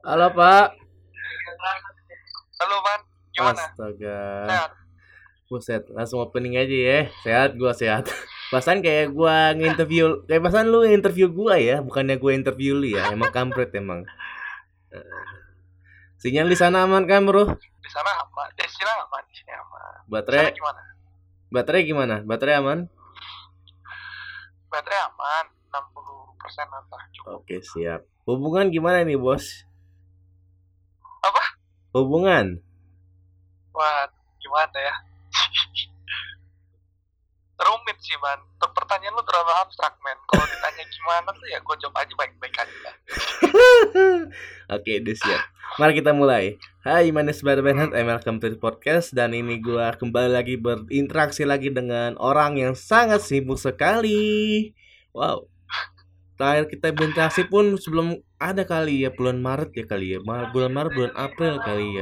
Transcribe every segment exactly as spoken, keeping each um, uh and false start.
Halo Pak. Halo Van, gimana? Astaga. Sehat? Buset, langsung opening aja ya. Sehat, gua sehat. Pasan kayak gua nginterview, kayak pasan lu interview gua ya, bukannya gua interview lu ya. Emang kampret emang. Eh, Sinyal di sana aman kan, Bro? Di sana aman, di sini aman, di sini aman. Di sana Baterai gimana? baterai gimana? Baterai aman? Baterai aman, enam puluh persen lah, cukup. Oke, siap. Hubungan gimana nih, Bos? Apa? Hubungan. Wah, gimana ya? Rumit sih, Van. Pertanyaan lu terlalu abstrak, men. Kalau ditanya gimana tuh ya gue jawab aja baik-baik aja. Oke, udah siap. Mari kita mulai. Hai, my name is Benhat, I'm welcome to the podcast. Dan ini gue kembali lagi berinteraksi lagi dengan orang yang sangat sibuk sekali. Wow. Terakhir kita berinteraksi pun sebelum ada kali ya, bulan Maret ya kali ya. Bulan Maret, bulan April kali ya.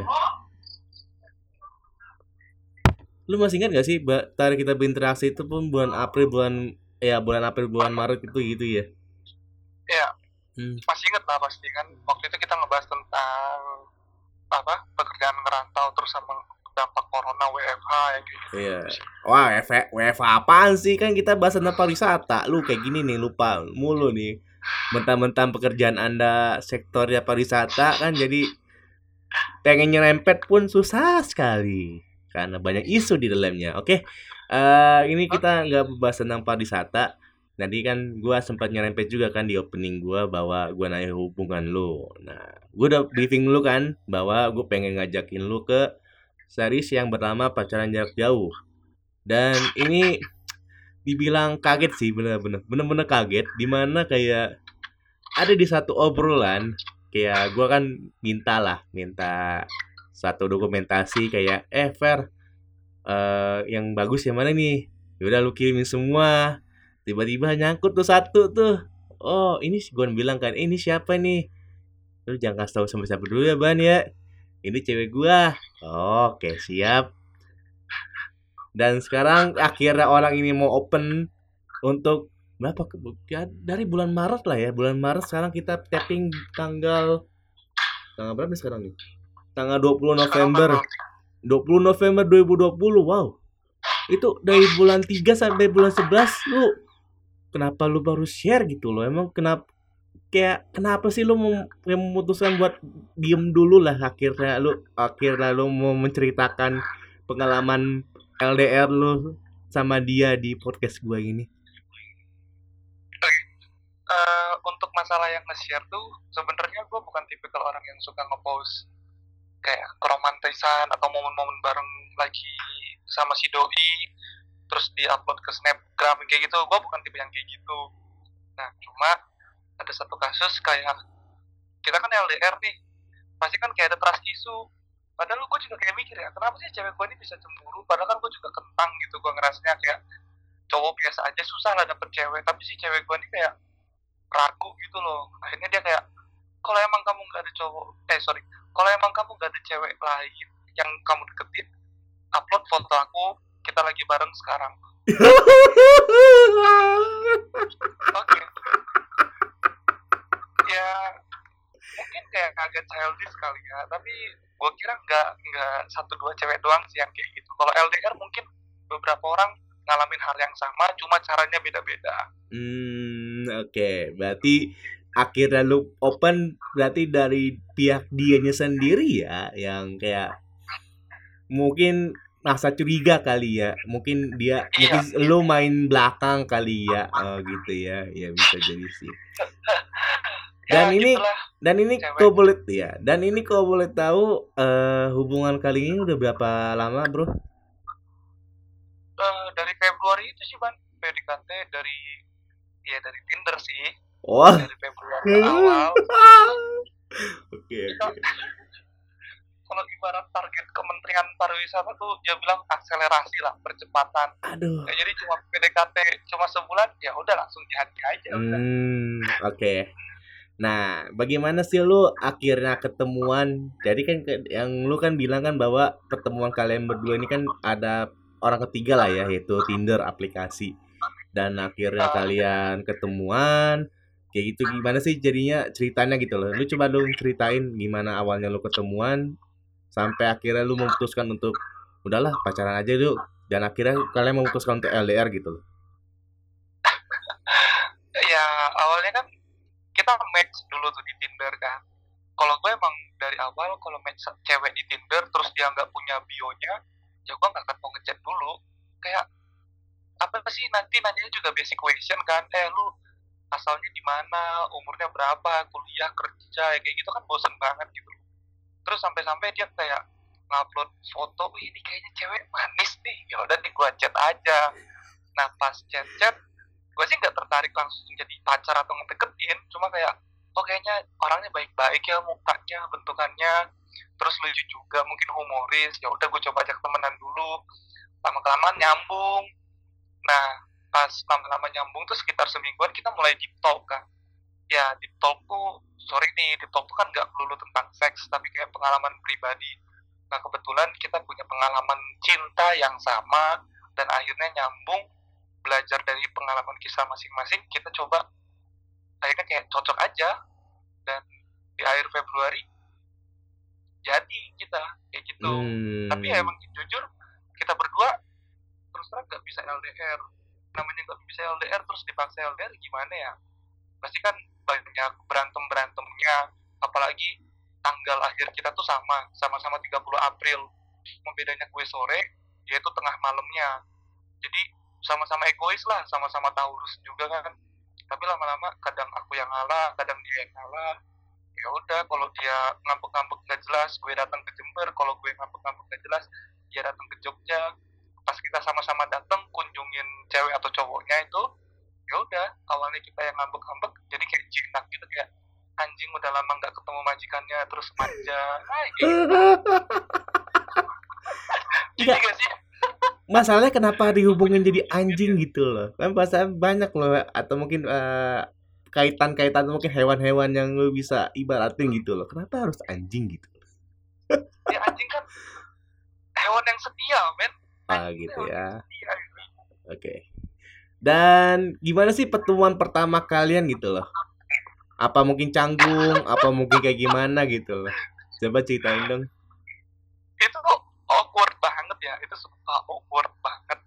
Lu masih ingat gak sih terakhir kita berinteraksi itu pun bulan April, bulan ya bulan April, bulan Maret itu gitu ya? Iya. Hmm. Masih ingat lah pasti kan. Waktu itu kita ngebahas tentang apa pekerjaan ngerantau terus sama dampak corona W F H ya gitu. Iya. Wah, W F H apaan sih? Kan kita bahas tentang pariwisata. Lu kayak gini nih, lupa mulu nih. Mentang-mentang pekerjaan Anda sektornya pariwisata kan jadi pengen nyerempet pun susah sekali karena banyak isu di dalamnya. Oke. Uh, ini kita nggak bahas tentang pariwisata. Nanti kan gue sempat nyerempet juga kan di opening gue bahwa gue nanya hubungan lu. Nah, gue udah briefing lu kan bahwa gue pengen ngajakin lu ke series yang bernama Pacaran Jarak Jauh. Dan ini dibilang kaget sih, bener-bener bener-bener kaget. Dimana kayak ada di satu obrolan kayak gue kan minta lah, minta satu dokumentasi kayak eh Fer, uh, yang bagus yang mana nih? Yaudah lu kirimin semua. Tiba-tiba nyangkut tuh satu tuh. Oh ini sih gue bilang kan, eh, ini siapa nih? Lu jangan kasih tahu sama siapa dulu ya Ban ya. Ini cewek gua. Oh, oke, siap. Dan sekarang akhirnya orang ini mau open untuk berapa? Ya, dari bulan Maret lah ya. Bulan Maret sekarang kita tapping tanggal tanggal berapa sekarang nih? Tanggal dua puluh November. dua puluh November dua ribu dua puluh. Wow. Itu dari bulan tiga sampai bulan sebelas lu kenapa lu baru share gitu loh? Emang kenapa kayak kenapa sih lu mem- memutuskan buat diem dulu lah akhirnya lu akhirnya lu mau menceritakan pengalaman L D R lu sama dia di podcast gua ini? Uh, untuk masalah yang nge-share tuh sebenarnya gue bukan tipikal orang yang suka nge-post kayak keromantisan atau momen-momen bareng lagi sama si doi terus di-upload ke Snapgram kayak gitu. Gue bukan tipe yang kayak gitu. Nah cuma ada satu kasus kayak kita kan L D R nih, pasti kan kayak ada trust issue. Padahal gue juga kayak mikir ya, kenapa sih cewek gue ini bisa cemburu? Padahal kan gue juga kentang gitu, gue ngerasanya kayak cowok biasa aja susah lah dapet cewek, tapi si cewek gue ini kayak ragu gitu loh. Akhirnya dia kayak, kalau emang kamu gak ada cowok, eh sorry, kalau emang kamu gak ada cewek lain yang kamu deketin, upload foto aku, kita lagi bareng sekarang. Oke. Ya mungkin kayak agak childish kali ya, tapi gue kira nggak nggak satu dua cewek doang sih yang kayak gitu. Kalau L D R mungkin beberapa orang ngalamin hal yang sama, cuma caranya beda-beda. Hmm, oke, okay. Berarti akhirnya lu open berarti dari pihak dianya sendiri ya, yang kayak mungkin rasa curiga kali ya, mungkin dia iya. Mungkin lu main belakang kali ya, oh gitu ya, ya bisa jadi sih. Dan ya, ini gitulah. Dan ini kau boleh ya dan ini kau boleh tahu uh, hubungan kali ini udah berapa lama bro? Uh, dari Februari itu sih Ban, P D K T dari ya dari Tinder sih. Oh. Dari Februari awal. Oke. Oke. Kalau ibarat target Kementerian Pariwisata tuh dia bilang akselerasi lah, percepatan. Aduh. Ya, jadi cuma P D K T cuma sebulan ya udah langsung jadi aja. Hmm, oke. Okay. Nah, bagaimana sih lu akhirnya ketemuan? Jadi kan yang lu kan bilang kan bahwa pertemuan kalian berdua ini kan ada orang ketiga lah ya, yaitu Tinder aplikasi. Dan akhirnya uh. kalian ketemuan, kayak gitu gimana sih jadinya ceritanya gitu loh. Lu coba dong ceritain gimana awalnya lu ketemuan sampai akhirnya lu memutuskan untuk udahlah pacaran aja yuk dan akhirnya kalian memutuskan untuk L D R gitu loh. Ya awalnya kan kita match dulu tuh di Tinder kan. Kalau gue emang dari awal kalau match cewek di Tinder terus dia nggak punya bio-nya, ya gue nggak akan mau ngechat dulu. Kayak apa sih, nanti nanyanya juga basic question kan, eh lu asalnya di mana, umurnya berapa, kuliah, kerja, ya kayak gitu kan bosen banget gitu. Terus sampai-sampai dia kayak ngupload foto, wih ini kayaknya cewek manis nih, ya udah nih gue chat aja. Nah pas chat-chat, gue sih nggak tertarik langsung jadi pacar atau ngedeketin, cuma kayak oh kayaknya orangnya baik-baik ya, mukanya, bentukannya, terus lucu juga, mungkin humoris, ya udah gue coba ajak temenan dulu, lama-kelamaan nyambung. Nah pas lama-lama nyambung tuh sekitar semingguan kita mulai deep talk kan. Ya deep talk tuh, sorry nih, deep talk tuh kan nggak melulu tentang seks, tapi kayak pengalaman pribadi. Nah kebetulan kita punya pengalaman cinta yang sama dan akhirnya nyambung, belajar dari pengalaman kisah masing-masing, kita coba akhirnya kayak cocok aja, dan di akhir Februari jadi kita kayak gitu. Hmm. Tapi ya emang jujur kita berdua terus terang nggak bisa L D R. Namanya nggak bisa L D R terus dipaksa L D R gimana ya, pasti kan banyak berantem berantemnya, apalagi tanggal akhir kita tuh sama sama-sama tiga puluh April, cuma bedanya gue sore, dia itu tengah malamnya. Jadi sama-sama egois lah, sama-sama Taurus juga kan. Tapi lama-lama kadang aku yang ngalah, kadang dia yang ngalah. Ya udah, kalau dia ngambek-ngambek nggak jelas, gue datang ke Jember. Kalau gue ngambek-ngambek nggak jelas, dia datang ke Jogja. Pas kita sama-sama datang kunjungin cewek atau cowoknya itu, ya udah, awalnya kita yang ngambek-ngambek, jadi kayak jinak gitu, kayak anjing udah lama nggak ketemu majikannya, terus manja. Hai, kayak gitu. Jadi gak sih? Masalahnya kenapa dihubungin jadi anjing gitu loh, kan bahasa banyak loh, atau mungkin uh, kaitan-kaitan mungkin hewan-hewan yang lo bisa ibaratin gitu loh, kenapa harus anjing gitu? Ya anjing kan hewan yang setia, men. Ah gitu ya. Oke. Okay. Dan gimana sih pertemuan pertama kalian gitu loh? Apa mungkin canggung, apa mungkin kayak gimana gitu loh? Coba ceritain dong. Itu tuh awkward banget ya, itu suka awkward banget.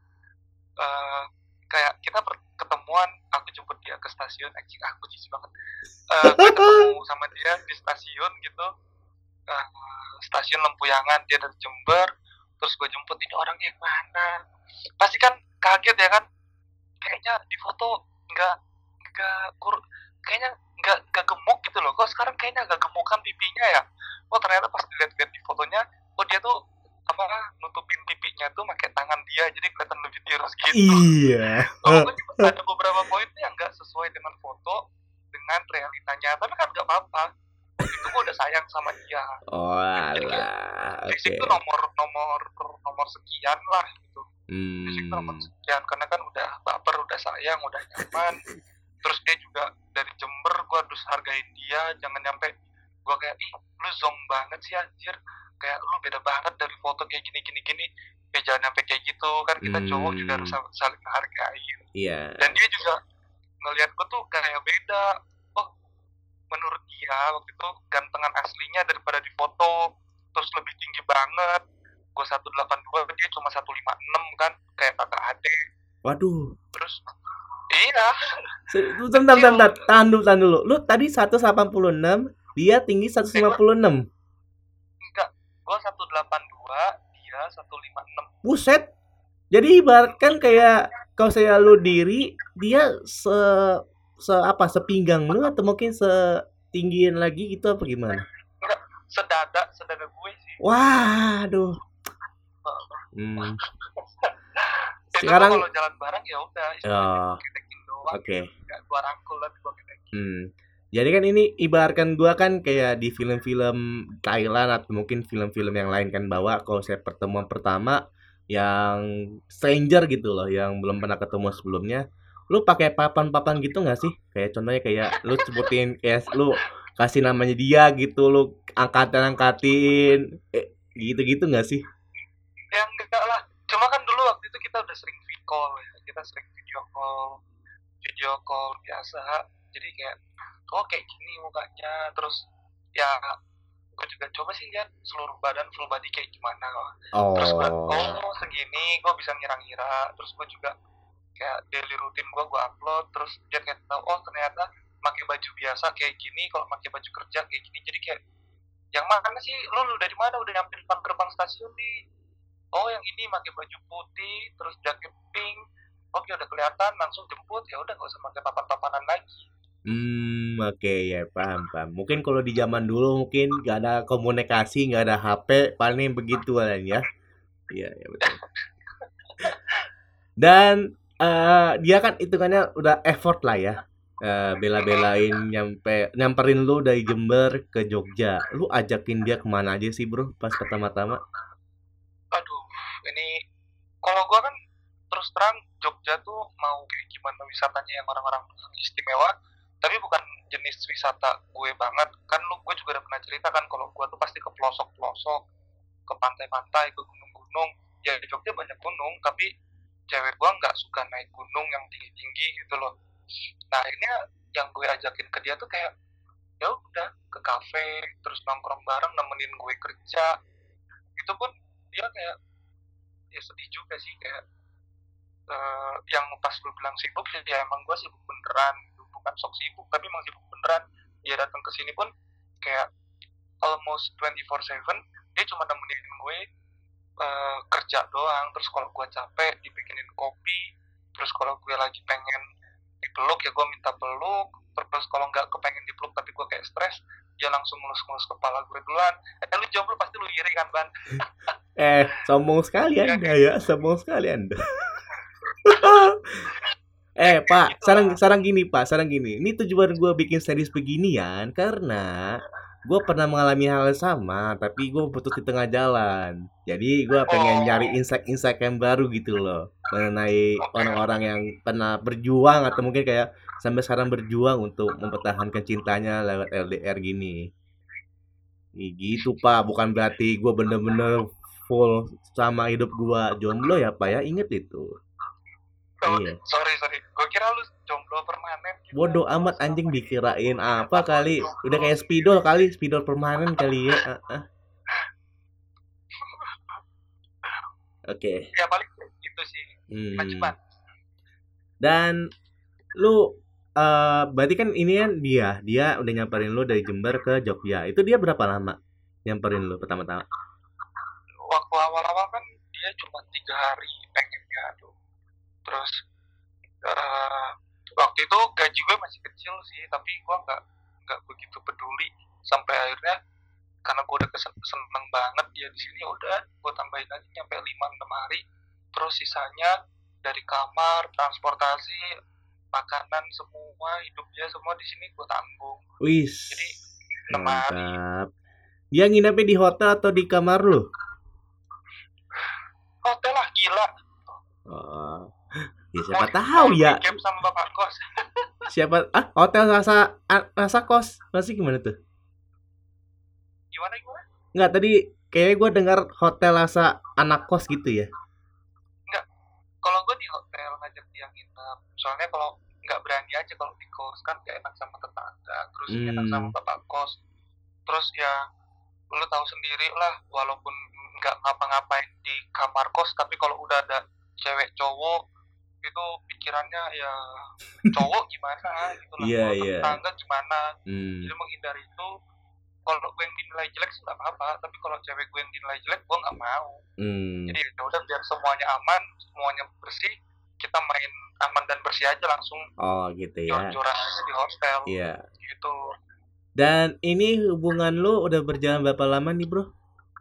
Uh, kayak kita ketemuan, aku jemput dia ke stasiun, anjing aku jijik banget. Uh, gue ketemu sama dia di stasiun gitu, uh, stasiun Lempuyangan, dia dari Jember, terus gue jemput, ini orangnya yang mana? Pasti kan kaget ya kan, kayaknya di foto nggak nggak kur, kayaknya nggak nggak gemuk gitu loh, kok sekarang kayaknya agak gemukan pipinya ya. Oh ternyata pas dilihat-lihat di fotonya, oh dia tuh apa nutupin pipinya tuh pakai tangan dia, jadi kelihatan lebih tirus gitu. Iya. Oh, ada beberapa poin yang nggak sesuai dengan foto dengan realitanya, tapi kan nggak apa-apa. Itu gue udah sayang sama dia. Oh alah. Fisik tuh nomor nomor nomor sekian lah gitu. Hmm. Fisik tuh nomor sekian, karena kan udah baper, udah sayang, udah nyaman. Terus dia juga dari Jember, gue harus hargain dia, jangan nyampe gue kayak ih lu zong banget sih anjir, kayak lu beda banget dari foto kayak gini gini gini, ya jangan sampai kayak gitu kan, kita hmm. cowok juga harus saling hargain. Iya. Dan dia juga ngelihat gue tuh kayak beda. Oh menurut dia waktu itu gantengan aslinya daripada di foto, terus lebih tinggi banget. Gue seratus delapan puluh dua, dia cuma seratus lima puluh enam kan, kayak kakak adik. Waduh. Terus iya. Bentar, bentar, bentar. Tahan dulu, tahan dulu. Lu tadi seratus delapan puluh enam, dia tinggi seratus lima puluh enam. Enggak, gue seratus delapan puluh dua, dia seratus lima puluh enam. Buset. Jadi ibaratkan kayak kalau saya lu diri, dia se se apa sepinggang lu atau mungkin setinggian lagi gitu apa gimana? Enggak, sedada, sedada gue sih. Waduh. Hmm. Sekarang kalau jalan bareng ya udah, oh. ketekin doang. Oke. Okay. Enggak gua rangkul lah, gua ketekin. Hmm. Jadi kan ini ibaratkan gua kan kayak di film-film Thailand atau mungkin film-film yang lain kan, bahwa kalau saya pertemuan pertama yang stranger gitu loh, yang belum pernah ketemu sebelumnya, lu pakai papan-papan gitu nggak sih? Kayak contohnya kayak lu sebutin kayak lu kasih namanya dia gitu, lu angkatin-angkatin, eh, gitu-gitu nggak sih? Ya enggak lah. Cuma kan dulu waktu itu kita udah sering video call ya, kita sering video call, video call biasa. Jadi kayak oh kayak gini mukanya, terus ya gue juga coba sih lihat seluruh badan full body kayak gimana, terus gue Oh. oh segini gue bisa ngira-ngira, terus gue juga kayak daily rutin gue gue upload, terus dia kayak tahu oh ternyata pakai baju biasa kayak gini, kalau pakai baju kerja kayak gini, jadi kayak yang mana sih lu, lu dari mana udah nyampe depan gerbang stasiun nih, oh yang ini pakai baju putih terus jaket pink, oke udah kelihatan langsung jemput, ya udah nggak usah pakai papan-papanan lagi. Hmm, oke ya paham paham. Mungkin kalau di zaman dulu mungkin nggak ada komunikasi, nggak ada H P, paling begitu kan ya. Iya, ya betul. Dan eh, dia kan hitungannya udah effort lah ya. Eh, bela-belain nyampe nyamperin lu dari Jember ke Jogja. Lu ajakin dia kemana aja sih bro pas pertama-tama? Aduh, ini kalau gue kan terus terang Jogja tuh mau kayak gimana wisatanya yang orang-orang bilang istimewa, tapi bukan jenis wisata gue banget. Kan lu gue juga udah pernah cerita kan kalau gue tuh pasti ke pelosok-pelosok, ke pantai-pantai, ke gunung-gunung. Ya di Jogja banyak gunung, tapi cewek gue nggak suka naik gunung yang tinggi-tinggi gitu loh. Nah akhirnya yang gue ajakin ke dia tuh kayak ya udah ke kafe, terus nongkrong bareng nemenin gue kerja. Itu pun dia kayak ya sedih juga sih, kayak uh, yang pas lu bilang sibuk ya emang gue sibuk beneran, bukan sok sibuk tapi emang sibuk beneran. Dia datang ke sini pun kayak almost twenty-four seven dia cuma nemenin gue uh, kerja doang, terus kalau gue capek dibikinin kopi, terus kalau gue lagi pengen dipeluk ya gue minta peluk, terus kalau nggak kepengen dipeluk tapi gue kayak stres, dia langsung ngelus-ngelus kepala gue duluan. Eh lu jomblo pasti lu iri kan Ban? Eh, sombong sekali Anda ya, sombong sekali Anda. Eh Pak, sarang sarang gini Pak, sarang gini. Ini tujuan gue bikin series beginian karena gue pernah mengalami hal yang sama, tapi gue putus di tengah jalan. Jadi gue pengen nyari insight-insight yang baru gitu loh mengenai orang-orang yang pernah berjuang atau mungkin kayak sampai sekarang berjuang untuk mempertahankan cintanya lewat L D R gini. Ih, gitu Pak, bukan berarti gue bener-bener full sama hidup gue jomblo ya Pak ya, inget itu. Oh, iya. Sorry sorry, gue kira lu jomblo permanen. Gitu. Bodoh amat anjing, dikirain apa kali? Udah kayak spidol kali, spidol permanen kali ya. Uh, uh. Oke. Okay. Ya paling gitu sih. Hmm. Dan lu uh, berarti kan ini kan dia, dia udah nyamperin lu dari Jember ke Jogja. Itu dia berapa lama nyamperin lu pertama-tama? Waktu awal-awal kan dia cuma tiga hari pengennya tuh. Terus uh, waktu itu gaji gue masih kecil sih, tapi gue nggak nggak begitu peduli sampai akhirnya karena gue udah kesen, seneng banget dia di sini, udah gue tambahin aja nyampe lima enam hari. Terus sisanya dari kamar, transportasi, makanan, semua hidupnya semua di sini gue tanggung. Wih. Jadi enam hari. Dia nginepnya di hotel atau di kamar lu? Hotel lah, gila. Oh. Ya siapa tahu ya. Camp sama bapak kos. Siapa ah hotel rasa rasa kos masih gimana tuh? Gimana gimana? Enggak, tadi kayak gue dengar hotel rasa anak kos gitu ya. Enggak. Kalau gue di hotel ngajak dia nginep. Soalnya kalau nggak berani aja kalau di kos kan gak enak sama tetangga. Terus hmm. enak sama bapak kos. Terus ya lu tahu sendiri lah, walaupun nggak ngapa-ngapain di kamar kos, tapi kalau udah ada cewek cowok itu pikirannya ya cowok gimana gitu lah. Yeah, kalau yeah. tetangga gimana. Hmm. Jadi menghindari itu. Kalau gue yang dinilai jelek sih nggak apa-apa, tapi kalau cewek gue yang dinilai jelek gue nggak mau. Hmm. Jadi ya udah biar semuanya aman, semuanya bersih, kita main aman dan bersih aja langsung. Oh gitu ya. Jor-joran aja di hostel. Iya. Gitu. Dan ini hubungan lu udah berjalan berapa lama nih bro?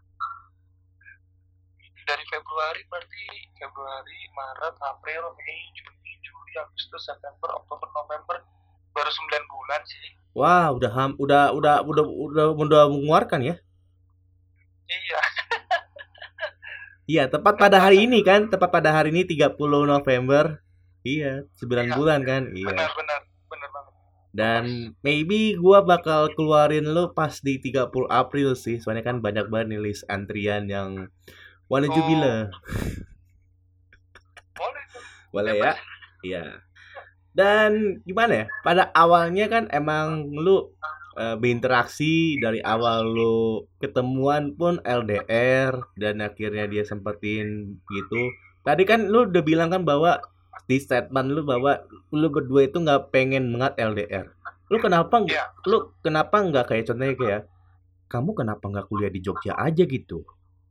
Dari Februari berarti Februari, Maret, April, Mei, Juni, Juli, Agustus, September, Oktober, November, baru sembilan bulan sih. Wah, udah ham, udah udah udah udah udah mengeluarkan ya? Iya. Iya, tepat pada hari ini kan? Tepat pada hari ini tiga puluh November. Iya, sembilan iya, bulan kan? Iya. Benar, benar, benar banget. Dan maybe gua bakal keluarin lu pas di tiga puluh April sih. Soalnya kan banyak banget nih list antrian yang Wala Jubila. Boleh. Boleh ya? Iya. Dan gimana ya? Pada awalnya kan emang lu eh, berinteraksi dari awal lu ketemuan pun L D R dan akhirnya dia sempetin gitu. Tadi kan lu udah bilang kan bahwa di statement lu bahwa lu berdua itu nggak pengen banget L D R. Lu kenapa nggak? Ya, Lu kenapa nggak kayak contohnya kayak kamu kenapa nggak kuliah di Jogja aja gitu?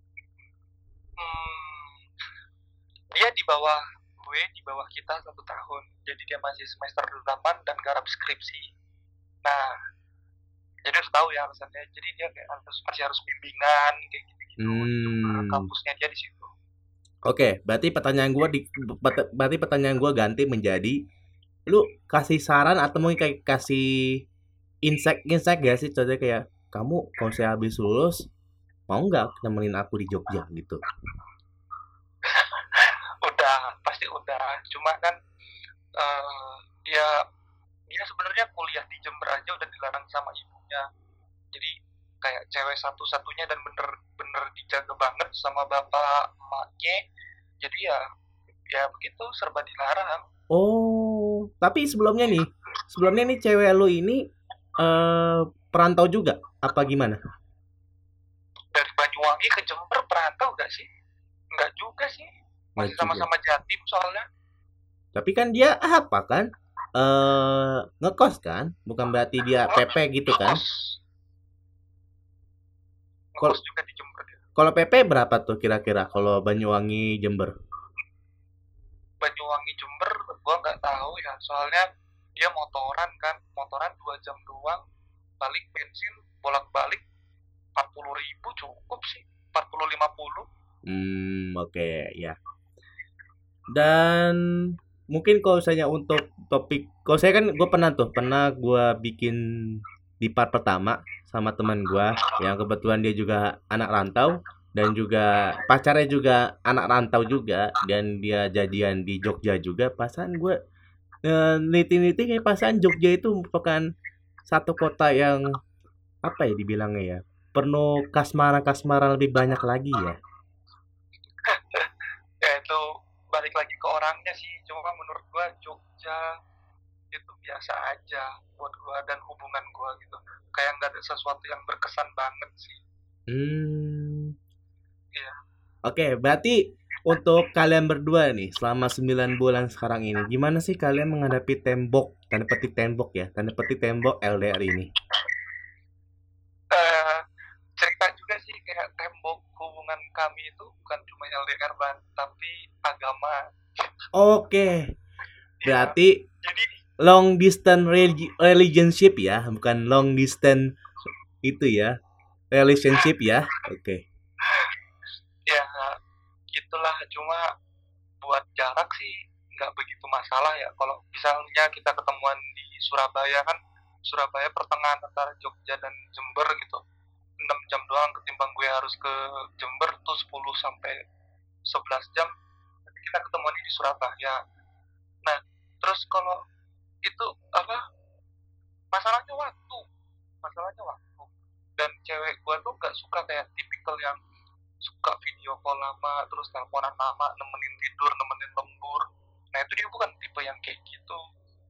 hmm, dia di bawah gue, di bawah kita satu tahun. Jadi dia masih semester delapan dan garap skripsi. Nah, jadi harus tahu ya alasannya. Jadi dia kayak harus masih harus bimbingan kayak gitu-gitu. Hmm. Kampusnya dia di situ. Oke, berarti pertanyaan gua di bet- berarti pertanyaan gua ganti menjadi lu kasih saran atau mungkin kayak kasih insight insight gak sih contohnya kayak kamu kalau saya habis lulus mau nggak nemenin aku di Jogja gitu. Udah, pasti udah. Cuma kan eh, dia dia sebenarnya kuliah di Jember aja udah dilarang sama ibunya. Jadi kayak cewek satu-satunya dan bener-bener dijaga banget sama bapak emaknya. Jadi ya ya begitu serba dilarang. Oh, tapi sebelumnya nih, sebelumnya nih cewek lu ini eh perantau juga apa gimana? Dari Banyuwangi ke Jember perantau gak sih? Enggak juga sih. Nggak Masih juga. sama-sama Jatim soalnya. Tapi kan dia apa kan? Eh ngekos kan? Bukan berarti dia P P gitu kan? Ngekos. Kalau Ngekos juga di Jember dia. kalau P P berapa tuh kira-kira kalau Banyuwangi Jember? Banyuwangi Jember gua nggak tahu ya. Soalnya dia motoran kan. Motoran dua jam doang. Balik bensin bolak-balik empat puluh ribu cukup sih. Empat puluh lima puluh. Hmm, oke ya. Dan mungkin kalau misalnya untuk topik, kalau saya kan gue pernah tuh, pernah gue bikin di part pertama sama teman gue yang kebetulan dia juga anak rantau dan juga pacarnya juga anak rantau juga dan dia jadian di Jogja juga. Pasan gue eh, niti-niti kayak pasan Jogja itu merupakan satu kota yang apa ya dibilangnya ya penuh kasmaran-kasmaran lebih banyak lagi ya. Ya itu balik lagi ke orangnya sih. Cuma menurut gua Jogja itu biasa aja buat gua dan hubungan gua gitu. Kayak nggak ada sesuatu yang berkesan banget sih. Hmm. Iya. Oke, berarti untuk kalian berdua nih selama sembilan bulan sekarang ini, gimana sih kalian menghadapi tembok, tanda petik tembok ya, tanda petik tembok L D R ini? Eh, cerita juga sih kayak tembok hubungan kami itu bukan cuma L D R ban, tapi agama. Oke, Iya. berarti Jadi long distance religi- relationship ya, bukan long distance itu ya, relationship ya. Oke. ya gitulah. Cuma buat jarak sih nggak begitu masalah ya. Kalau misalnya kita ketemuan di Surabaya kan, Surabaya pertengahan antara Jogja dan Jember gitu, enam jam doang ketimbang gue harus ke Jember tuh sepuluh sampai sebelas jam. Nanti kita ketemuan di Surabaya. Nah, terus kalau itu apa, masalahnya waktu, masalahnya waktu. Dan cewek gue tuh gak suka kayak tipikal yang suka video call lama, terus teleponan lama, nemenin tidur, nemenin lembur. Nah itu dia bukan tipe yang kayak gitu.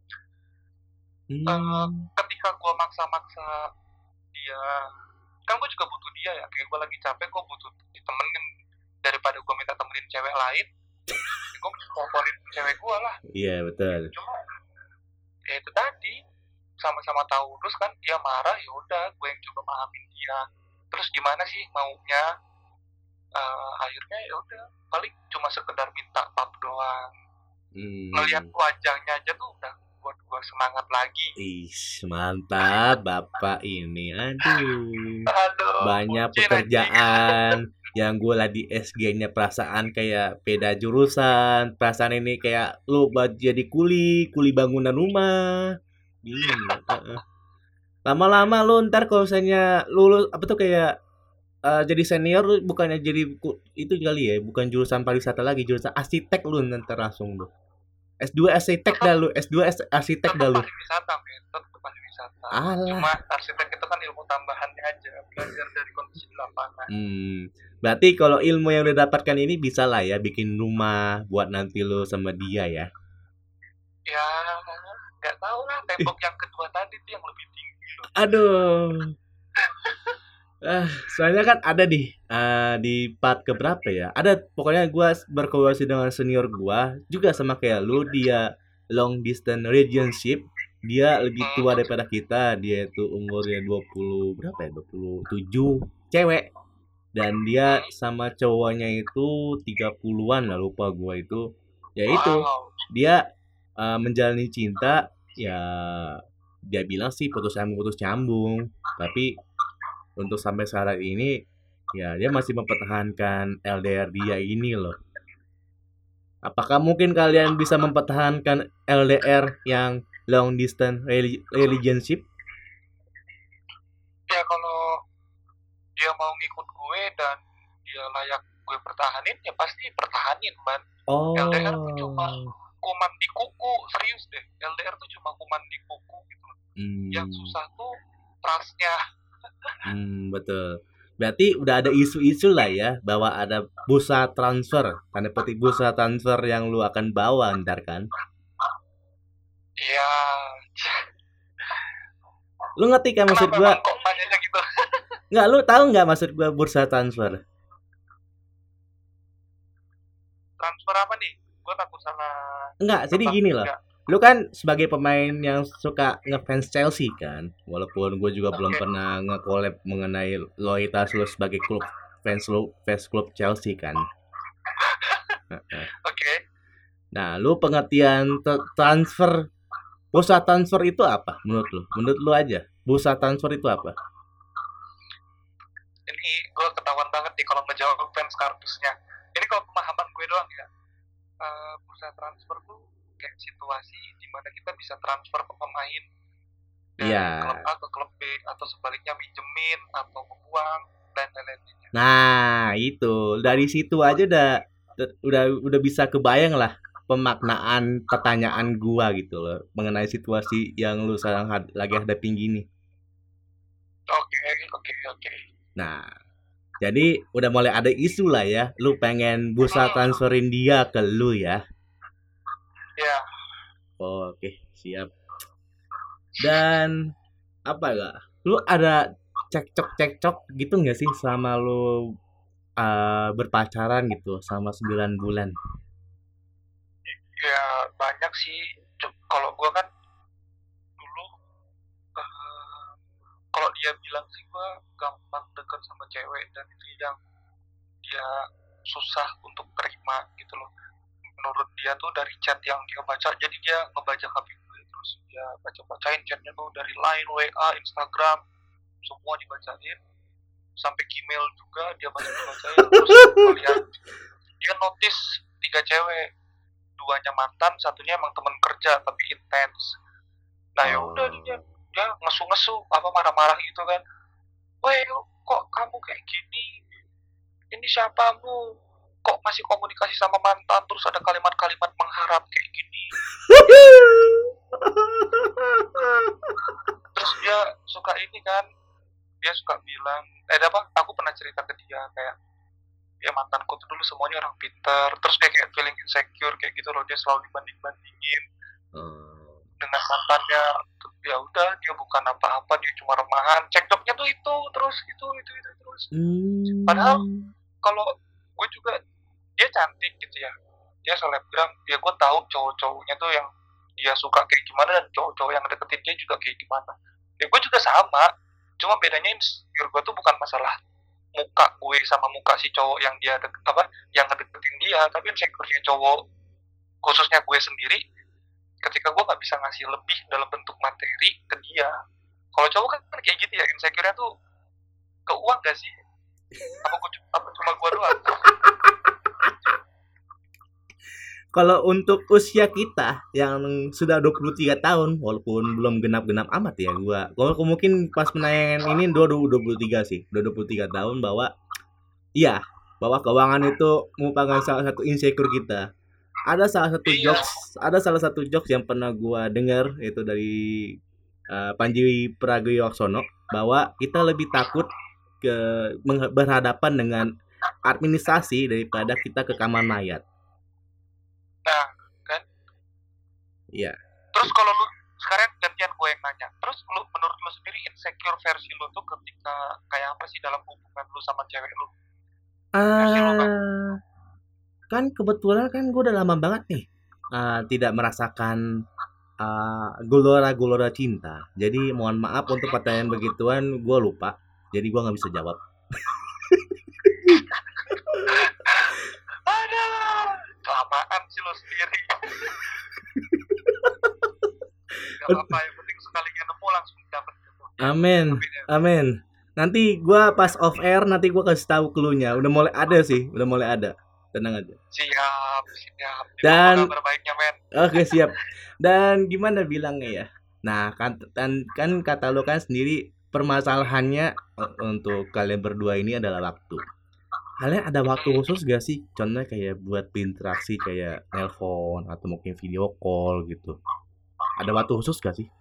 Eh, Hmm. ketika gue maksa-maksa dia, kan gue juga butuh dia ya, kayak gue lagi capek, gue butuh ditemenin. Daripada gue minta temenin cewek lain, ya gue teleponin cewek gue lah. Iya, betul. Cuma ya itu tadi, sama-sama tahu terus kan dia marah, ya udah gue yang coba pahamin dia. Terus gimana sih maunya? Eh, akhirnya ya udah paling cuma sekedar minta pap doang. Ngelihat Hmm. wajahnya aja tuh udah buat gue semangat lagi. Ih, mantap Bapak ini. Aduh. Aduh, Banyak bucin anjing. pekerjaan yang gue lah di S G-nya perasaan kayak beda jurusan, perasaan ini kayak lu buat jadi kuli, kuli bangunan rumah. Bingung. Heeh. Lama-lama lu ntar kalau misalnya lulus apa tuh kayak eh, jadi senior lu bukannya jadi ku- itu kali ya, bukan jurusan pariwisata lagi, jurusan arsitek lu nanti langsung lu. S dua arsitek dah Tetap lu, S dua as- arsitek tetap dah lu. pariwisata, men. Tetap pariwisata. Alah. Cuma arsitek itu kan ilmu tambahannya aja, belajar dari kondisi di lapangan. Hmm. Berarti kalau ilmu yang udah dapatkan ini bisa lah ya bikin rumah buat nanti lu sama dia ya. Ya nggak tahu lah, Ih, tembok yang kedua tadi tuh yang lebih tinggi loh. aduh. Ah, soalnya kan ada di eh, di part keberapa ya? Ada pokoknya gua berkolaborasi dengan senior gua juga sama kayak lu, dia long distance relationship. Dia lebih tua Hmm. daripada kita. Dia itu umurnya dua puluh berapa ya? Dua puluh tujuh, cewek. Dan dia Hmm. sama cowoknya itu tiga puluhan-an lah, lupa gua itu. Ya itu, Wow. dia eh, menjalani cinta ya, dia bilang sih putus nyambung putus nyambung, tapi untuk sampai sekarang ini ya dia masih mempertahankan L D R dia ini loh. Apakah mungkin kalian bisa mempertahankan L D R yang long distance relationship? Ya kalau dia mau ngikut gue dan dia layak gue pertahanin, ya pasti pertahanin, man. L D R tuh cuma Oh. kuman di kuku, serius deh. L D R tuh cuma kuman di kuku gitu. Yang Hmm. susah tuh trustnya. Hmm, betul. Berarti udah ada isu-isu lah ya bahwa ada bursa transfer, tanda petik bursa transfer yang lu akan bawa ntar kan? Ya, Lu ngerti kan maksud kenapa gua? emang kok nanyanya gitu? Nggak, lu tahu nggak maksud gua bursa transfer? Transfer apa nih? Gue takut salah Enggak, jadi tebak gini loh. juga. Lu kan sebagai pemain yang suka ngefans Chelsea kan, walaupun gue juga belum Oke, pernah nge-collab mengenai loyalitas lu sebagai klub fans lu fans klub Chelsea kan. Heeh. oke. Nah, lu pengertian t- transfer, bursa transfer itu apa menurut lu? Menurut lu aja, bursa transfer itu apa? Ini gue ketahuan banget nih kalau ngejawab fans kardusnya. Ini kalau pemahaman gue doang ya. Uh, bursa transfer tuh kayak situasi di mana kita bisa transfer pemain dari klub Iya. A ke klub B, atau sebaliknya minjemin atau membuang dan lain-lainnya. Nah, itu dari situ aja udah udah udah bisa kebayang lah pemaknaan pertanyaan gua gitu loh mengenai situasi yang lu sekarang had- lagi hadapin gini. Oke, oke, oke. Nah, jadi udah mulai ada isu lah ya, lu pengen bursa Hmm, transferin dia ke lu ya. ya. Oke, siap. Dan apa ya? Lu ada cekcok-cekcok gitu nggak sih selama lu uh, berpacaran gitu sama sembilan bulan? Ya banyak sih. Kalau gue kan dulu, uh, kalau dia bilang sih gue gampang deket sama cewek, dan itu yang dia susah untuk terima gitu loh. Menurut dia tuh dari chat yang dia baca, jadi dia ngebaca H P gue, terus dia baca-bacain chatnya tuh dari Line, W A, Instagram, semua dibacain, sampai Gmail juga dia baca-bacain. Terus gue lihat dia notice tiga cewek, duanya mantan, satunya emang temen kerja tapi intens. Nah ya udah dia dia ngesu-ngesu apa marah-marah gitu kan. Weh, kok kamu kayak gini? Ini siapamu? Kok masih komunikasi sama mantan, terus ada kalimat-kalimat mengharap kayak gini? Terus dia suka ini kan, dia suka bilang, eh apa? Aku pernah cerita ke dia kayak, ya mantanku tuh dulu semuanya orang pintar, terus dia kayak feeling insecure kayak gitu loh, dia selalu dibanding-bandingin dengan mantannya. Ya udah, dia bukan apa-apa, dia cuma remahan. Cekcoknya tuh itu terus, itu itu itu terus. Padahal kalau gue juga, dia cantik gitu ya, dia selebgram, ya gue tahu cowok-cowoknya tuh yang dia suka kayak gimana, dan cowok-cowok yang deketin dia juga kayak gimana. Ya gue juga sama, cuma bedanya insecure gue tuh bukan masalah muka gue sama muka si cowok yang dia deket, apa yang ngedeketin dia, tapi insecure-nya cowok, khususnya gue sendiri, ketika gue nggak bisa ngasih lebih dalam bentuk materi ke dia. Kalau cowok kan kayak gitu ya, insecure-nya tuh ke uang gak sih? Apa, gue, apa cuma gue doang? Kalau untuk usia kita yang sudah dua puluh tiga tahun, walaupun belum genap-genap amat ya gua. Kalau mungkin pas penayangan ini dua dua puluh tiga sih, dua puluh tiga tahun, bahwa iya, bahwa keuangan itu merupakan salah satu insecure kita. Ada salah satu Iya. jokes, ada salah satu jokes yang pernah gua dengar itu dari uh, Panji Pragiwaksono, bahwa kita lebih takut ke berhadapan dengan administrasi daripada kita ke kamar mayat. Nah kan, Iya. Terus kalau lu sekarang gantian gue yang nanya. Terus lu menurut lu sendiri insecure versi lu tuh ketika kayak apa sih dalam hubungan lu sama cewek lu? Versi lu bang. Ah, kan kebetulan kan gue udah lama banget nih ah, tidak merasakan ah, gelora-gelora cinta. Jadi mohon maaf untuk pertanyaan begituan, gue lupa. Jadi gue nggak bisa jawab. Ada kelamaan sih lo sendiri. Gak apa-apa, yang penting sekalinya nemu langsung dapet gitu. Amin, amin. Nanti gue pas off air nanti gue kasih tahu clue-nya. Udah mulai ada sih, udah mulai ada. Tenang aja. Siap, siap. Dan kabar baiknya men. oke siap. Dan gimana bilangnya ya? Nah kan kan, kan kata lo kan sendiri permasalahannya eh, untuk kalian berdua ini adalah waktu. Kalian ada waktu khusus gak sih? Contohnya kayak buat berinteraksi kayak nelpon atau mungkin video call gitu. Ada waktu khusus gak sih?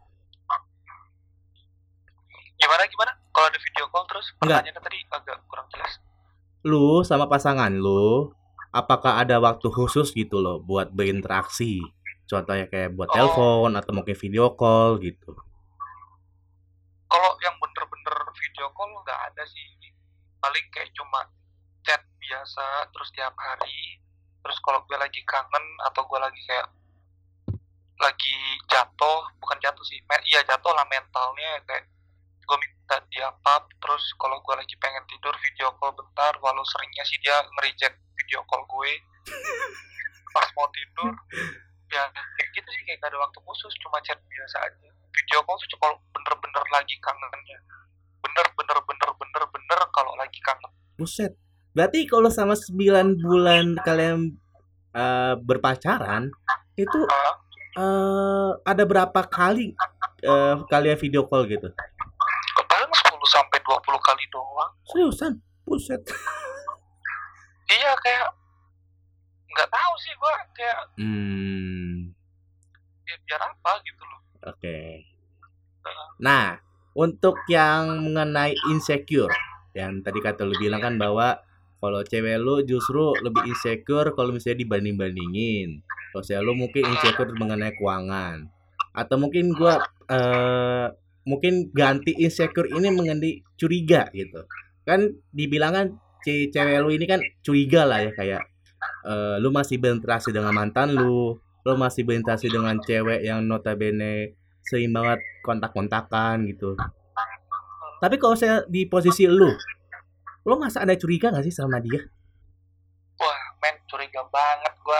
Gimana gimana? Kalau ada video call terus Enggak. pertanyaannya tadi agak kurang jelas. Lu sama pasangan lu, apakah ada waktu khusus gitu loh buat berinteraksi? Contohnya kayak buat Oh. telepon atau mungkin video call gitu. Kalau yang bener-bener video call nggak ada sih. Paling kayak cuma chat biasa terus tiap hari. Terus kalau gue lagi kangen atau gue lagi kayak lagi jatuh, bukan jatuh sih, men- iya jatuh lah mentalnya kayak gue minta dia apa. Terus kalau gue lagi pengen tidur video call bentar, walau seringnya sih dia nge-reject video call gue pas mau tidur. Ya kayak gitu sih, kayak gak ada waktu khusus, cuma chat biasa aja. Video call tuh cuma bener-bener lagi kangennya, bener-bener bener-bener bener kalau lagi kangen. Buset. Berarti kalau sama sembilan bulan kalian eh, berpacaran, itu Ah, eh, ada berapa kali eh, kalian video call gitu? paling sepuluh sampai dua puluh kali doang. Seriusan? Buset. Iya kayak nggak tahu sih gue kayak Hmm, ya, biar apa gitu loh. oke. Nah, untuk yang mengenai insecure, yang tadi kata lu bilang kan bahwa kalau cewek lu justru lebih insecure kalau misalnya dibanding-bandingin. Kalau saya lu mungkin insecure mengenai keuangan. Atau mungkin gua eh mungkin ganti insecure ini mengenai curiga gitu. Kan dibilang kan ce- cewek lu ini kan curiga lah ya kayak eh, lu masih berinteraksi dengan mantan lu, lu masih berinteraksi dengan cewek yang notabene sering banget kontak-kontakan gitu. Tapi kalau saya di posisi lu, lu nggak ada curiga nggak sih sama dia? Wah men, curiga banget gue.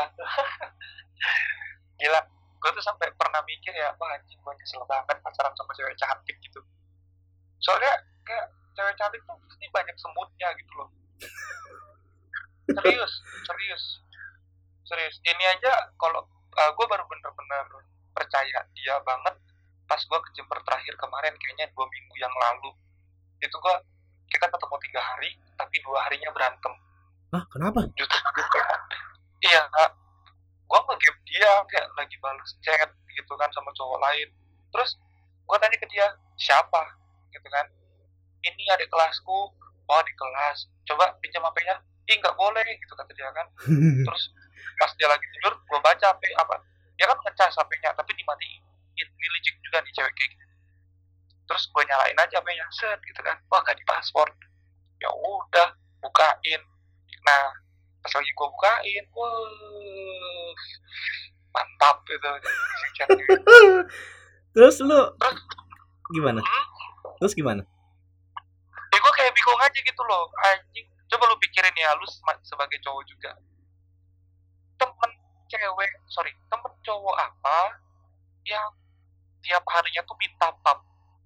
Gila, gue tuh sampai pernah mikir ya, wah anjing gue nyesel banget pacaran sama cewek cantik gitu. Soalnya kayak cewek cantik tuh pasti banyak semutnya gitu loh. Serius, serius, serius. Ini aja kalau uh, gue baru bener-bener percaya dia banget pas gue ke Jember terakhir kemarin, kayaknya dua minggu yang lalu. Itu gue, kita ketemu tiga hari, tapi dua harinya berantem. Ah, kenapa? Justru iya, gue nge-game dia kayak lagi balas chat gitu kan sama cowok lain. Terus gue tanya ke dia, siapa gitu kan, ini adik kelasku. Oh di kelas, coba pinjam H P-nya. Ih nggak boleh gitu kata dia kan. Terus pas dia lagi tidur, gue baca H P apa, dia kan ngecas H P-nya tapi dimatiin. Ini licik juga nih cewek kayak gitu. Terus gue nyalain aja H P-nya, set gitu kan, wah nggak di password. Ya udah, bukain. Nah pas lagi gue bukain, wah mantap gitu isi chatnya. Terus lu Terus gimana? hmm, Terus gimana? ya gue kayak bingung aja gitu loh, anjing. Coba lu pikirin ya, lu sema- sebagai cowok juga, temen cewek, sorry, temen cowok apa yang tiap harinya tuh minta pap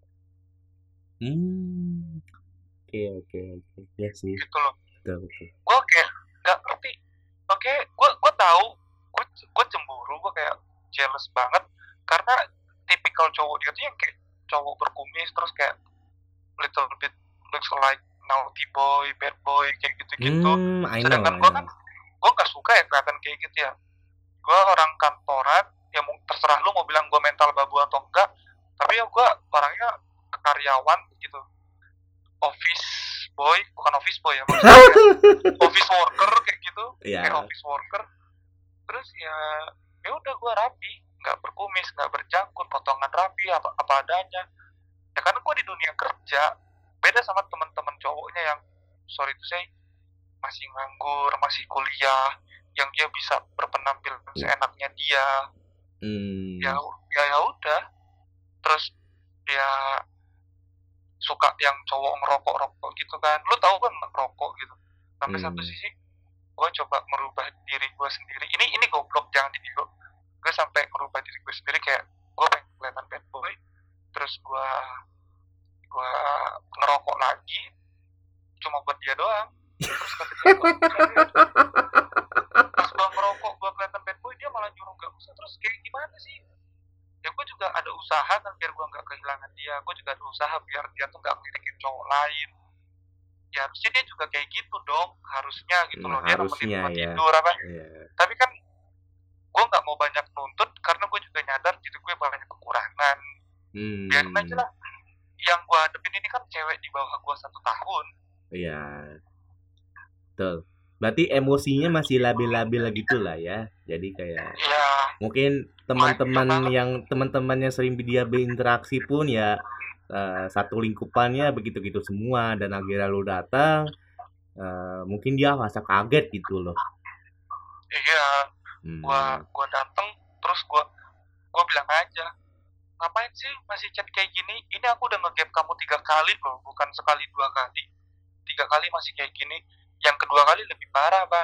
Hmm, oke oke oke. Ya sih, gitu loh. betul betul. Gue kayak nggak ngerti. Oke, gue gue tahu, gue gue cemburu, gue kayak jealous banget karena tipikal cowok dia tuh yang kayak cowok berkumis terus kayak little bit looks like naughty boy, bad boy kayak gitu-gitu. Hmm, I know. Sedangkan I gue know. kan gue nggak suka ya kelihatan kayak gitu ya. Gue orang kantoran, ya mau terserah lu mau bilang gue mental babu atau enggak, tapi ya gue orangnya karyawan gitu, office boy, bukan office boy ya maksudnya kayak office worker kayak gitu, Iya. kayak office worker. Terus ya ya udah gue rapi nggak berkumis, nggak berjanggut, potongan rapi apa apa adanya. Ya karena gue di dunia kerja beda sama teman-teman cowoknya yang sorry itu saya masih nganggur, masih kuliah, yang dia bisa berpenampilan seenaknya dia. Hmm. Ya ya ya udah. Terus dia suka yang cowok ngerokok-rokok gitu kan. Lu tahu kan ngerokok gitu. Sampai Hmm. satu sisi gue coba merubah diri gue sendiri. Ini ini goblok, jangan ditiru. Gue sampai merubah diri gue sendiri kayak gue pengen kelihatan bad boy. Terus gue gue ngerokok lagi cuma buat dia doang. Terus kata dia gue pas gue ngerokok gue kelihatan bad boy, dia malah nyuruh gak usah. Terus kayak gimana sih? Ya gue juga ada usaha kan biar gue gak kehilangan dia. Gue juga ada usaha biar dia tuh gak ngirikin cowok lain. Ya harusnya dia juga kayak gitu dong, harusnya gitu Nah, loh. Dia harusnya nemenin gue ya. tidur apa. Yeah. Tapi kan gue gak mau banyak nuntut karena gue juga nyadar diri gue banyak kekurangan. Hmm. Biarin aja lah. Yang gue hadepin ini kan cewek di bawah gue satu tahun. Iya. Betul. Berarti emosinya masih labil-labil gitu lah ya. Jadi kayak Ya mungkin teman-teman yang teman-temannya sering dia berinteraksi pun ya uh, satu lingkupannya begitu-gitu semua, dan akhirnya lu datang uh, mungkin dia merasa kaget gitu loh. iya. Hmm. Gua gua datang terus gua gua bilang aja, ngapain sih masih chat kayak gini? Ini aku udah nge-gap kamu tiga kali loh, bukan sekali dua kali. Tiga kali masih kayak gini. Yang kedua kali lebih parah, Ban.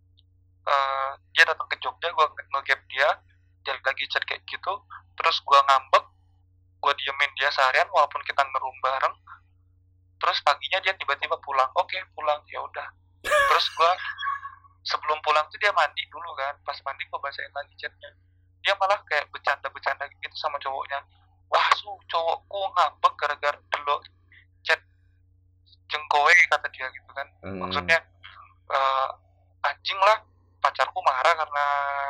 Uh, dia datang ke Jogja, gua nge-gap dia, dia lagi chat kayak gitu, terus gua ngambek, gua diemin dia seharian walaupun kita ngerum bareng. Terus paginya dia tiba-tiba pulang. Oke, pulang. Ya udah. Terus gua sebelum pulang tuh dia mandi dulu kan. Pas mandi gue bacain lagi chatnya. Dia malah kayak bercanda-bercanda gitu sama cowoknya. Wah, su cowokku ngambek gara-gara dulu chat jengkowe kata dia gitu kan. Hmm. Maksudnya uh, anjing lah, pacarku marah karena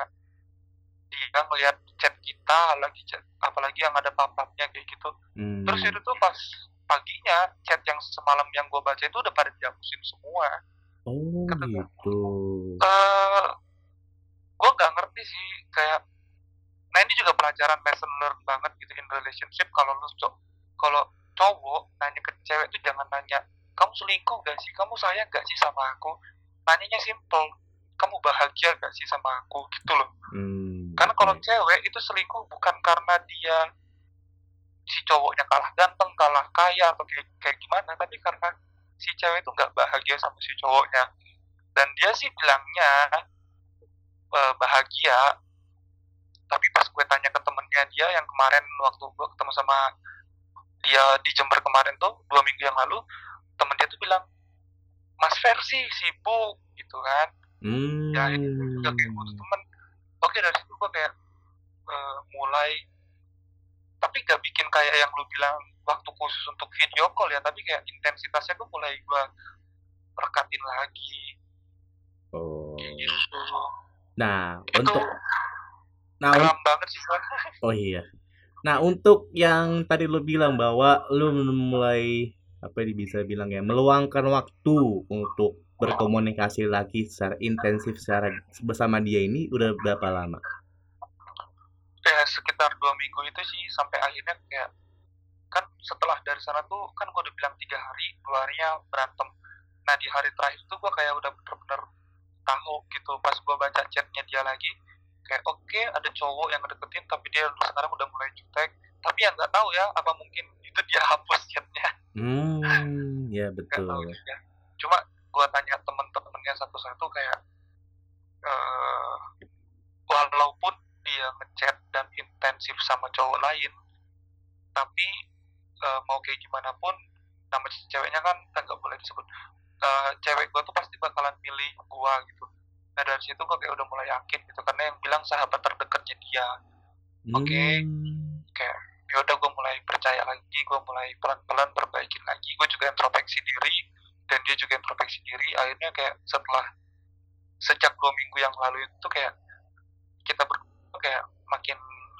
dia ngeliat chat kita lagi chat, apalagi yang ada pap-papnya kayak gitu. Hmm. Terus itu tuh pas paginya chat yang semalam yang gue baca itu udah pada dihapusin semua. Oh Kata gitu. Uh, gue nggak ngerti sih kayak, nah ini juga pelajaran lesson learn banget gitu in relationship. Kalau lu cowok, kalau cowok nanya ke cewek tuh jangan nanya kamu selingkuh gak sih, kamu sayang gak sih sama aku. Nanyanya simple, kamu bahagia gak sih sama aku gitu loh. Hmm, karena kalau okay. cewek itu selingkuh bukan karena dia si cowoknya kalah ganteng, kalah kaya atau kayak, kayak gimana, tapi karena si cewek itu nggak bahagia sama si cowoknya. Dan dia sih bilangnya uh, bahagia, tapi pas gue tanya ke temennya dia yang kemarin waktu gue ketemu sama dia di Jember kemarin tuh dua minggu yang lalu, temen dia tuh bilang Mas Versi sibuk gitu kan. Hmm. Ya ini juga kayak butuh temen. Oke, dari situ gue kayak uh, mulai, tapi gak bikin kayak yang lu bilang waktu khusus untuk video call ya, tapi kayak intensitasnya tuh mulai gue rekatin lagi. Oh. Kayak gitu. Nah, itu untuk nah kelam banget sih kan. Oh iya. Nah, untuk yang tadi lu bilang bahwa lu mulai apa bisa bilang ya, meluangkan waktu untuk berkomunikasi lagi secara intensif secara bersama dia, ini udah berapa lama? Ya sekitar dua minggu itu sih, sampai akhirnya kayak kan setelah dari sana tuh kan gue udah bilang tiga hari, dua harinya berantem. Nah di hari terakhir tuh gue kayak udah bener-bener tahu gitu. Pas gue baca chatnya dia lagi, kayak oke okay, ada cowok yang ngedeketin tapi dia sekarang udah mulai jutek. Tapi yang nggak tahu ya apa mungkin itu dia hapus chatnya. Hmm, ya betul. Gak tahu juga. Cuma gue tanya temen-temennya satu-satu kayak uh, walaupun dia ngechat dan intensif sama cowok lain, tapi uh, mau kayak gimana pun nama ceweknya kan kan nggak boleh disebut. Uh, cewek gue tuh pasti bakalan milih gue gitu. Nah dari situ gue kayak udah mulai yakin gitu, karena yang bilang sahabat terdekatnya dia. Oke, okay? Hmm. Kayak yaudah gue mulai percaya lagi, gue mulai pelan-pelan perbaikin lagi. Gue juga introspeksi diri dan dia juga introspeksi diri. Akhirnya kayak setelah sejak dua minggu yang lalu itu kayak kita berdua kayak makin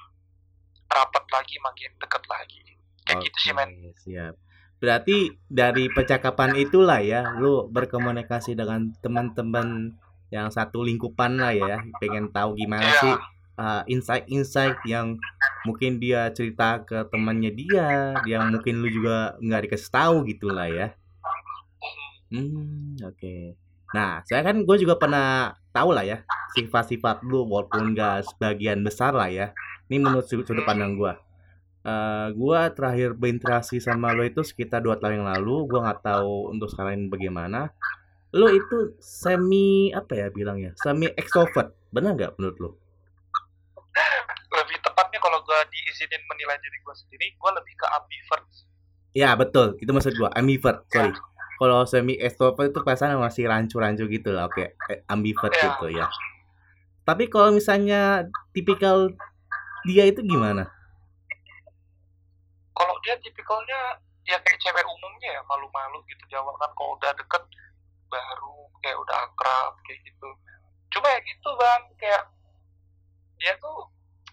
rapat lagi, makin dekat lagi. Kayak okay, gitu sih men. Siap. Berarti dari percakapan itulah ya, lu berkomunikasi dengan teman-teman yang satu lingkupan lah ya, pengen tahu gimana yeah. sih uh, insight-insight yang mungkin dia cerita ke temannya dia, yang mungkin lu juga nggak dikasih tahu gitulah ya. Hmm, oke. Okay. Nah, saya kan gue juga pernah tahu lah ya sifat-sifat lu walaupun nggak sebagian besar lah ya. Ini menurut sudut pandang gue. Uh, gue terakhir berinteraksi sama lo itu sekitar dua tahun yang lalu. Gue nggak tahu untuk sekarang bagaimana. Lo itu semi apa ya bilangnya? Semi extrovert, benar nggak menurut lo? Lebih tepatnya kalau gue diizinin menilai diri gue sendiri, gue lebih ke ambivert. Ya betul, itu maksud gue ambivert. Sorry. Kalau semi extrovert itu perasaan masih rancu-rancu gitu lah, oke, okay. Ambivert ya. Gitu ya. Tapi kalau misalnya tipikal dia itu gimana? Kalau dia tipikalnya ya kayak cewek umumnya ya, malu-malu gitu di awal kan, kalau udah deket baru kayak udah akrab kayak gitu. Cuma ya gitu bang, kayak dia tuh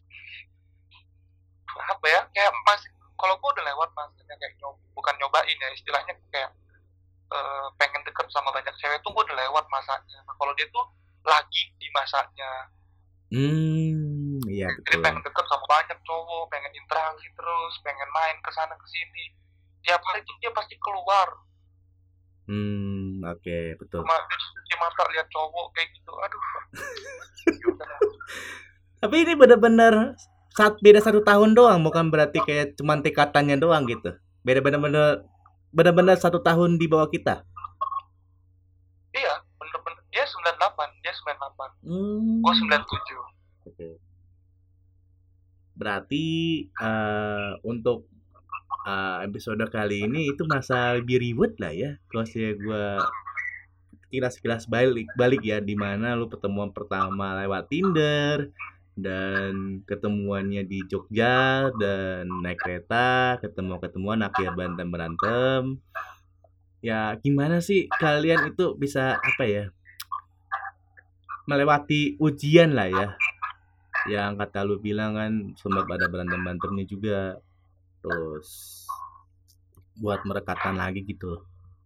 apa ya, kayak masih, kalau gue udah lewat masanya kayak nyob, bukan nyobain ya istilahnya, kayak Uh, pengen deket sama banyak cewek tuh gue udah lewat masanya. Nah kalau dia tuh lagi di masanya. Hmm, iya betul. Jadi pengen deket sama banyak cowok, pengen interaksi terus, pengen main kesana kesini. Tiap hari tuh dia pasti keluar. Hmm, oke okay, betul. Cuma cuci mata lihat cowok kayak gitu, aduh. Tapi ini benar-benar saat beda satu tahun doang, bukan berarti kayak cuma tingkatannya doang gitu. Beda benar-benar benar-benar satu tahun di bawah kita. Iya, benar-benar. Dia sembilan puluh delapan, dia sembilan puluh delapan. Hmm. Gue sembilan puluh tujuh. Oke. Okay. Berarti uh, untuk uh, episode kali ini itu masa lebih ribet lah ya. Kalau saya gue kilas-kilas balik balik ya, di mana lu pertemuan pertama lewat Tinder, dan ketemuannya di Jogja, dan naik kereta, ketemu-ketemuan akhir berantem-berantem. Ya gimana sih kalian itu bisa apa ya, melewati ujian lah ya. Yang kata lu bilang kan sempat ada berantem-berantemnya juga. Terus buat merekatkan lagi gitu.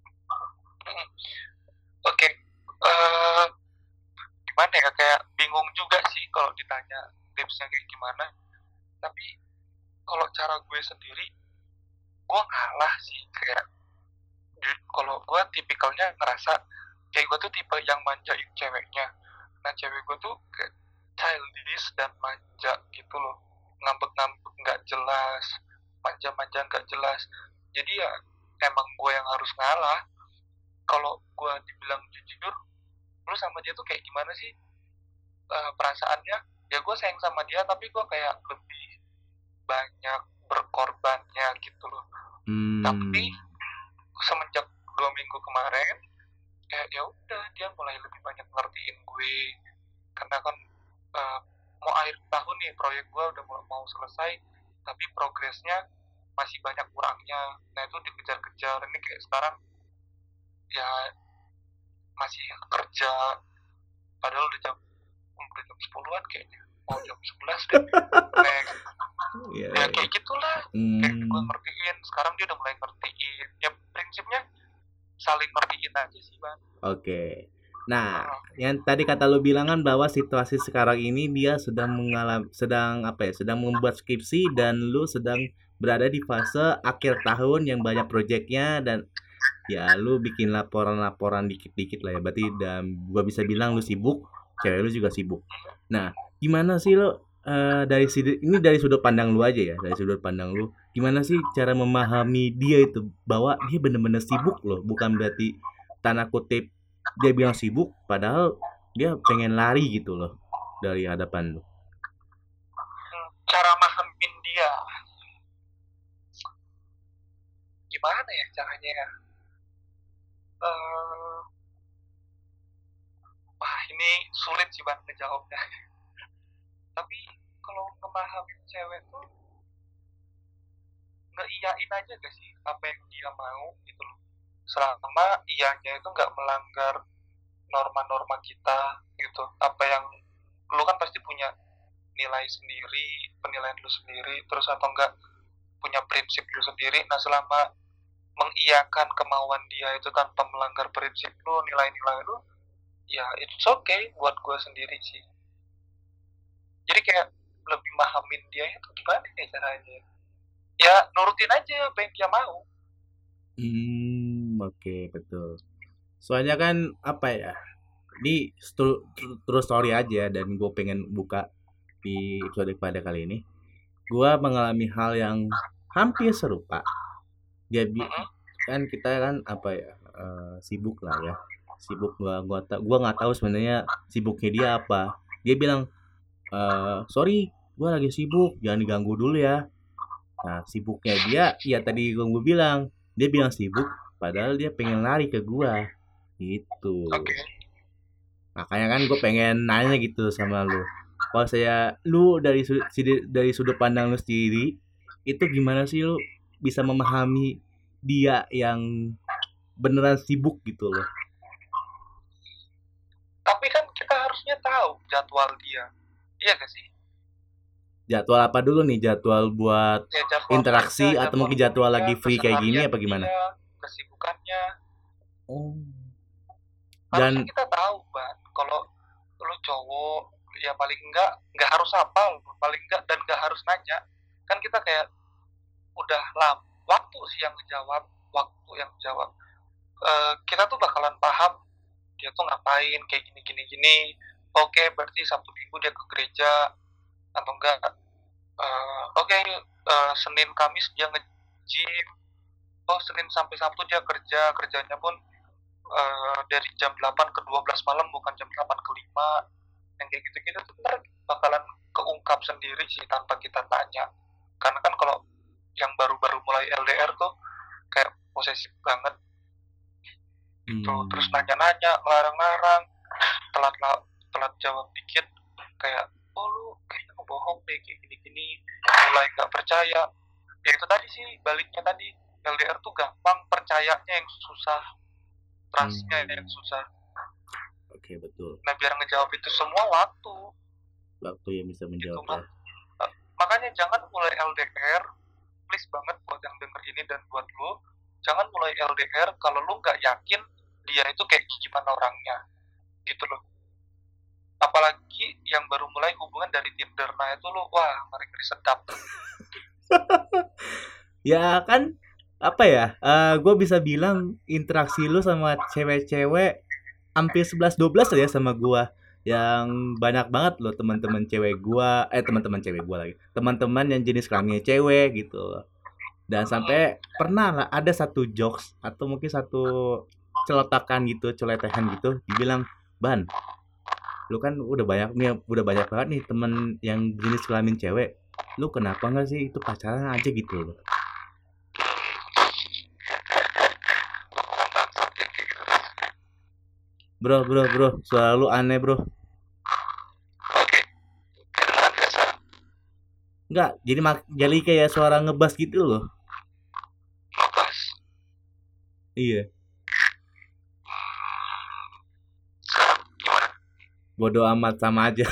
Oke, okay. uh, gimana ya, kayak bingung juga sih kalau ditanya tipsnya kayak gimana. Tapi kalau cara gue sendiri, gue ngalah sih. Kayak kalau gue tipikalnya ngerasa kayak gue tuh tipe yang manjain ceweknya. Nah cewek gue tuh kayak childish dan manja gitu loh, ngambek-ngambek nggak jelas, manja-manja nggak jelas. Jadi ya emang gue yang harus ngalah. Kalau gue dibilang jujur, lu sama dia tuh kayak gimana sih uh, perasaannya? Ya gue sayang sama dia, tapi gue kayak lebih banyak berkorbannya gitu loh. Hmm. Tapi semenjak dua minggu kemarin, kayak ya udah dia mulai lebih banyak ngertiin gue, karena kan uh, mau akhir tahun nih, proyek gue udah mau, mau selesai, tapi progresnya masih banyak kurangnya. Nah itu dikejar-kejar. Ini kayak sekarang ya masih kerja, padahal udah jam udah jam sepuluhan kayaknya, mau jam sebelas deh. Nah, yeah, ya kayak gitulah. Mm. Kayak gue ngertiin, sekarang dia udah mulai ngertiin. Ya prinsipnya saling ngertiin aja sih bang. Oke. Okay. Nah, uh. yang tadi kata lu bilang kan bahwa situasi sekarang ini dia sedang mengalami, sedang apa ya, sedang membuat skripsi, dan lu sedang berada di fase akhir tahun yang banyak proyeknya, dan ya lu bikin laporan-laporan dikit-dikit lah ya. Berarti dan gua bisa bilang lu sibuk, cewek lu juga sibuk. Nah, gimana sih lo uh, dari sudut ini dari sudut pandang lu aja ya, dari sudut pandang lu, gimana sih cara memahami dia itu bahwa dia benar-benar sibuk loh, bukan berarti tanda kutip dia bilang sibuk padahal dia pengen lari gitu loh dari hadapan lu. Cara mahamin dia gimana ya caranya ya? Uh, wah ini sulit sih bang ngejawabnya. Tapi kalau ngemahamin cewek tuh ngeiyain aja gak sih apa yang dia mau gitu loh, selama iyanya itu nggak melanggar norma-norma kita gitu. Apa yang lu kan pasti punya nilai sendiri, penilaian lu sendiri, terus atau enggak punya prinsip lu sendiri. Nah selama mengiyakan kemauan dia itu tanpa melanggar prinsip lu, nilai-nilai lu, ya it's okay buat gue sendiri sih. Jadi kayak mahamin dia itu gimana ya caranya? Ya nurutin aja apa yang dia mau. Hmm, oke okay, betul. Soalnya kan apa ya? Ini stru, true story aja dan gue pengen buka di episode pada kali ini. Gue mengalami hal yang hampir serupa. Dia uh-huh. kan kita kan apa ya uh, sibuk lah ya, sibuk gua gua ta- gua nggak tahu sebenarnya sibuknya dia apa. Dia bilang uh, sorry, gue lagi sibuk, jangan diganggu dulu ya. Nah sibuknya dia, ya tadi gue bilang dia bilang sibuk, padahal dia pengen lari ke gua gitu. Okay. Makanya kan gue pengen nanya gitu sama lu. Kalau saya lu dari sudut, dari sudut pandang lu sendiri, itu gimana sih lu bisa memahami dia yang beneran sibuk gitu loh? Tapi kan kita harusnya tahu jadwal dia, iya gak sih? Jadwal apa dulu nih? Jadwal buat ya, jadwal interaksi kerja, atau mungkin jadwal dia, lagi free kayak gini apa gimana? Dia, kesibukannya. Oh. Dan harusnya kita tahu, Bang. Kalau lu cowok, ya paling enggak enggak harus hafal, paling enggak dan enggak harus nanya. Kan kita kayak udah lama waktu sih yang ngejawab, waktu yang jawab. Uh, kita tuh bakalan paham dia tuh ngapain kayak gini gini gini. Oke, berarti Sabtu Minggu dia ke gereja atau enggak? Uh, Oke, okay, uh, Senin Kamis dia nge-gym. Oh, Senin sampai Sabtu dia kerja, kerjanya pun uh, dari jam delapan ke dua belas malam, bukan jam delapan ke lima. Yang kayak gitu-gitu tuh ntar bakalan keungkap sendiri sih tanpa kita tanya. Karena kan kalau yang baru-baru mulai L D R tuh kayak posesif banget gitu, hmm. terus nanya-nanya, ngelarang-larang, telat telat jawab dikit kayak oh lu kayaknya ngebohong deh kayak gini-gini, mulai gak percaya. Ya itu tadi sih baliknya tadi, L D R tuh gampang, percayanya yang susah, trustnya hmm. yang susah. Oke, betul. Nah biar ngejawab itu semua waktu waktu yang bisa menjawab gitu, ya. Makanya jangan mulai L D R, please banget buat yang denger ini dan buat lu, jangan mulai L D R kalau lu gak yakin dia itu kayak gimana orangnya gitu loh. Apalagi yang baru mulai hubungan dari Tinder, nah itu lu wah ngeri-ngeri sedap. Ya kan apa ya, uh, gue bisa bilang interaksi lu sama cewek-cewek hampir sebelas dua belas ya sama gue, yang banyak banget loh teman-teman cewek gue, eh teman-teman cewek gue lagi, teman-teman yang jenis kelaminnya cewek gitu loh. Dan sampai pernah lah ada satu jokes atau mungkin satu celetakan gitu, celetehan gitu, dibilang, "Ban, lu kan udah banyak nih, udah banyak banget nih temen yang jenis kelamin cewek, lu kenapa nggak sih itu pacaran aja gitu loh." Bro, bro, bro, suara lu aneh bro. Enggak, jadi mak- jadi kayak suara ngebas gitu loh. Ngebas? Iya. Bodoh amat, sama aja.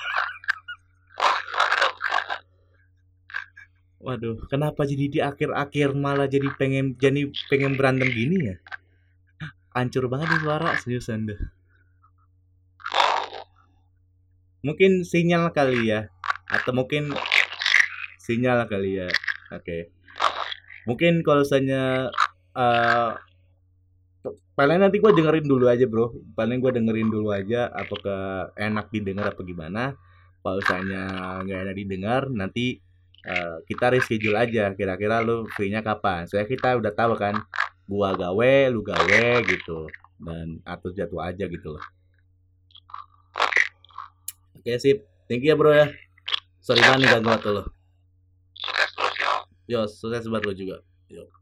Waduh, kenapa jadi di akhir-akhir malah jadi pengen jadi pengen berantem gini ya? Hancur banget nih suara, seriusan deh. Mungkin sinyal kali ya, atau mungkin sinyal kali ya. Oke. Okay. Mungkin kalau misalnya uh, paling nanti gue dengerin dulu aja bro. Paling gue dengerin dulu aja apakah enak didengar apa gimana. Kalau misalnya nggak enak didengar, nanti uh, kita reschedule aja. Kira-kira lu free-nya kapan? Soalnya kita udah tahu kan, gua gawe, lu gawe gitu. Dan atur jadwal aja gitu loh. Oke sip. Thank you ya bro ya. Sorry banget nih ganggu waktu lo. Yo, sukses buat lo juga. Yo.